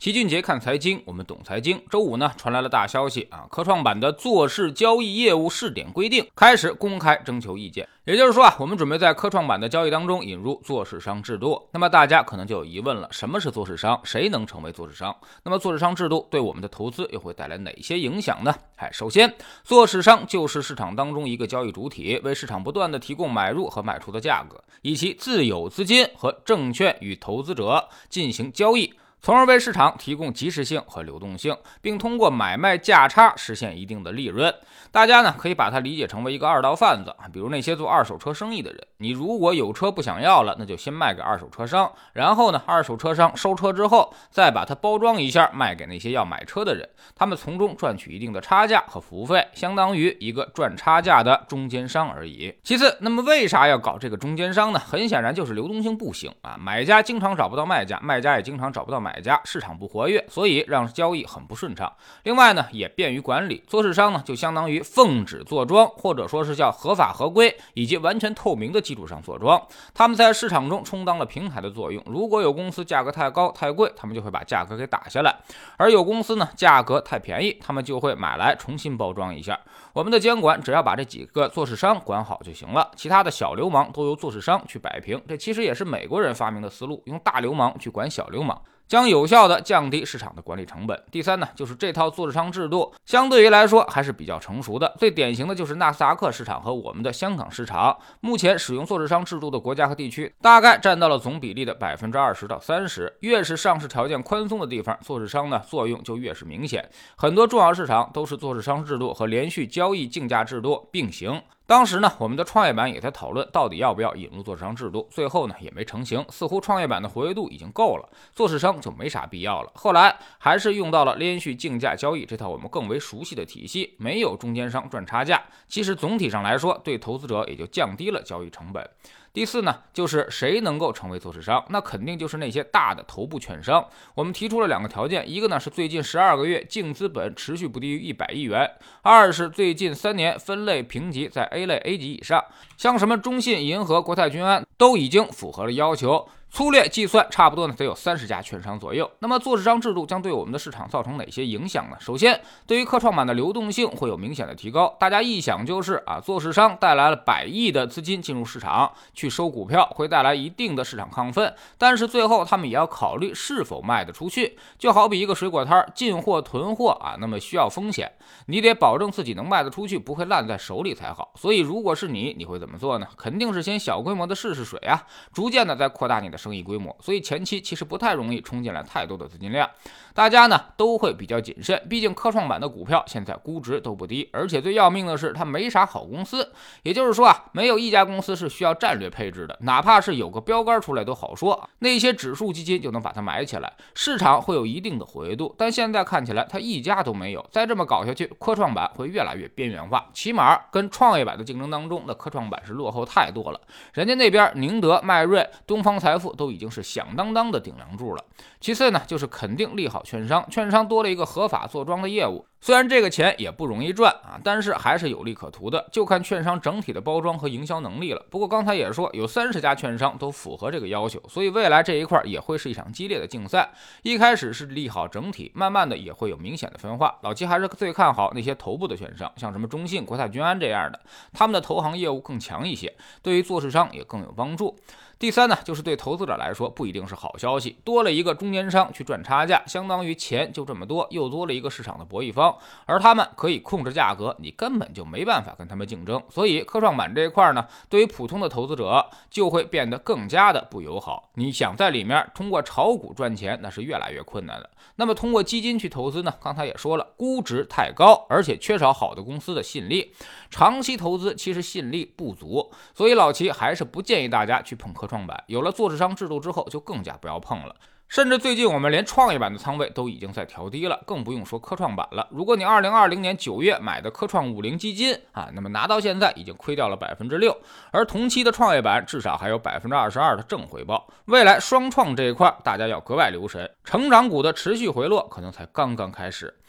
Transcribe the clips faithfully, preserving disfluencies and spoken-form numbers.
齐俊杰看财经，我们懂财经。周五呢，传来了大消息啊，科创板的做市交易业务试点规定开始公开征求意见。也就是说啊，我们准备在科创板的交易当中引入做市商制度。那么大家可能就有疑问了，什么是做市商？谁能成为做市商？那么做市商制度对我们的投资又会带来哪些影响呢？哎，首先，做市商就是市场当中一个交易主体，为市场不断的提供买入和卖出的价格，以其自有资金和证券与投资者进行交易，从而为市场提供及时性和流动性，并通过买卖价差实现一定的利润。大家呢可以把它理解成为一个二道贩子，比如那些做二手车生意的人，你如果有车不想要了，那就先卖给二手车商，然后呢二手车商收车之后再把它包装一下卖给那些要买车的人，他们从中赚取一定的差价和服务费，相当于一个赚差价的中间商而已。其次，那么为啥要搞这个中间商呢？很显然就是流动性不行啊，买家经常找不到卖家，卖家也经常找不到买家，市场不活跃，所以让交易很不顺畅。另外呢，也便于管理。做市商呢，就相当于奉旨坐庄，或者说是叫合法合规以及完全透明的基础上坐庄。他们在市场中充当了平台的作用。如果有公司价格太高太贵，他们就会把价格给打下来；而有公司呢价格太便宜，他们就会买来重新包装一下。我们的监管只要把这几个做市商管好就行了，其他的小流氓都由做市商去摆平。这其实也是美国人发明的思路，用大流氓去管小流氓，将有效的降低市场的管理成本。第三呢，就是这套做市商制度相对于来说还是比较成熟的，最典型的就是纳斯达克市场和我们的香港市场。目前使用做市商制度的国家和地区大概占到了总比例的 百分之二十到三十， 越是上市条件宽松的地方，做市商呢作用就越是明显。很多重要市场都是做市商制度和连续交易竞价制度并行。当时呢，我们的创业板也在讨论到底要不要引入做市商制度，最后呢也没成型，似乎创业板的活跃度已经够了，做市商就没啥必要了。后来还是用到了连续竞价交易这套我们更为熟悉的体系，没有中间商赚差价，其实总体上来说对投资者也就降低了交易成本。第四呢，就是谁能够成为做市商？那肯定就是那些大的头部券商。我们提出了两个条件，一个呢是最近十二个月净资本持续不低于一百亿元，二是最近三年分类评级在 A 类 A 级以上，像什么中信、银河、国泰君安都已经符合了要求。粗略计算，差不多呢得有三十家券商左右。那么做市商制度将对我们的市场造成哪些影响呢？首先，对于科创板的流动性会有明显的提高。大家一想就是啊，做市商带来了百亿的资金进入市场去收股票，会带来一定的市场亢奋，但是最后他们也要考虑是否卖得出去。就好比一个水果摊进货囤货啊，那么需要风险，你得保证自己能卖得出去，不会烂在手里才好。所以如果是你，你会怎么做呢？肯定是先小规模的试试水啊，逐渐的再扩大你的生意规模，所以前期其实不太容易冲进来太多的资金量，大家呢都会比较谨慎。毕竟科创板的股票现在估值都不低，而且最要命的是它没啥好公司，也就是说啊，没有一家公司是需要战略配置的，哪怕是有个标杆出来都好说，那些指数基金就能把它买起来，市场会有一定的活跃度。但现在看起来它一家都没有，再这么搞下去，科创板会越来越边缘化，起码跟创业板的竞争当中，那科创板是落后太多了。人家那边宁德、迈瑞、东方财富都已经是响当当的顶梁柱了。其次呢，就是肯定利好券商，券商多了一个合法坐庄的业务，虽然这个钱也不容易赚啊，但是还是有利可图的，就看券商整体的包装和营销能力了。不过刚才也说有三十家券商都符合这个要求，所以未来这一块也会是一场激烈的竞赛。一开始是利好整体，慢慢的也会有明显的分化。老齐还是最看好那些头部的券商，像什么中信、国泰君安这样的，他们的投行业务更强一些，对于做市商也更有帮助。第三呢，就是对投资者来说不一定是好消息，多了一个中间商去赚差价，相当于钱就这么多，又多了一个市场的博弈方，而他们可以控制价格，你根本就没办法跟他们竞争。所以科创板这一块呢，对于普通的投资者就会变得更加的不友好。你想在里面通过炒股赚钱，那是越来越困难的。那么通过基金去投资呢，刚才也说了，估值太高，而且缺少好的公司的吸引力，长期投资其实吸引力不足，所以老齐还是不建议大家去碰科创板。有了做市商制度之后，就更加不要碰了。甚至最近我们连创业板的仓位都已经在调低了，更不用说科创板了。如果你二零二零年九月买的科创五零基金啊，那么拿到现在已经亏掉了 百分之六， 而同期的创业板至少还有 百分之二十二 的正回报。未来双创这一块大家要格外留神，成长股的持续回落可能才刚刚开始。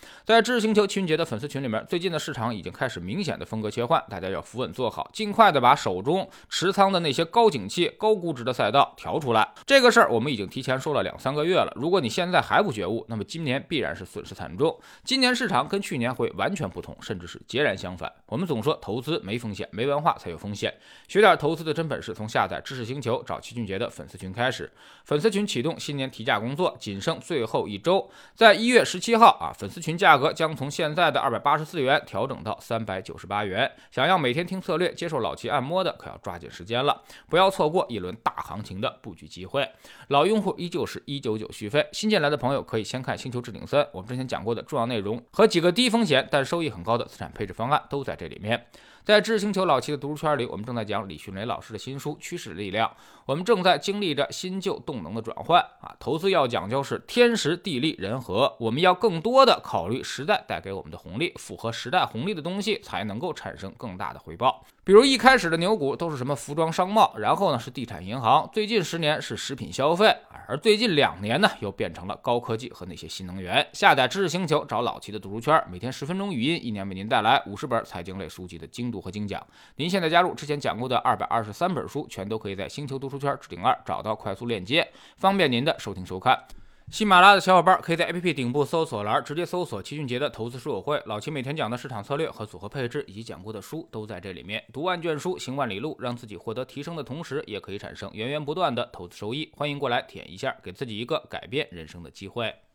在知识星球齐俊杰的粉丝群里面，最近的市场已经开始明显的风格切换，大家要扶稳做好，尽快的把手中持仓的那些高景气、高估值的赛道调出来。这个事儿我们已经提前说了两三个月了，如果你现在还不觉悟，那么今年必然是损失惨重。今年市场跟去年会完全不同，甚至是截然相反。我们总说投资没风险，没文化才有风险。学点投资的真本事，从下载知识星球找齐俊杰的粉丝群开始。粉丝群启动新年提价工作，仅剩最后一周，在一月十七号啊，粉丝群价格将从现在的二百八十四元调整到三百九十八元。想要每天听策略、接受老齐按摩的，可要抓紧时间了，不要错过一轮大行情的布局机会。老用户依旧是一百九十九续费，新进来的朋友可以先看星球置顶三，我们之前讲过的重要内容和几个低风险但收益很高的资产配置方案都在这里面。在知识星球老齐的读书圈里，我们正在讲李迅雷老师的新书《趋势的力量》，我们正在经历着新旧动能的转换啊。投资要讲究是天时地利人和，我们要更多的考虑时代带给我们的红利，符合时代红利的东西才能够产生更大的回报。比如一开始的牛股都是什么服装商贸，然后呢是地产银行，最近十年是食品消费，而最近两年呢又变成了高科技和那些新能源。下载知识星球找老齐的读书圈，每天十分钟语音，一年为您带来五十本财经类书籍的精读和精讲。您现在加入之前讲过的二百二十三本书，全都可以在星球读书圈置顶二找到快速链接，方便您的收听收看。喜马拉雅的小伙伴可以在 A P P 顶部搜索栏直接搜索齐俊杰的投资书友会，老齐每天讲的市场策略和组合配置以及讲过的书都在这里面。读万卷书，行万里路，让自己获得提升的同时，也可以产生源源不断的投资收益。欢迎过来体验一下，给自己一个改变人生的机会。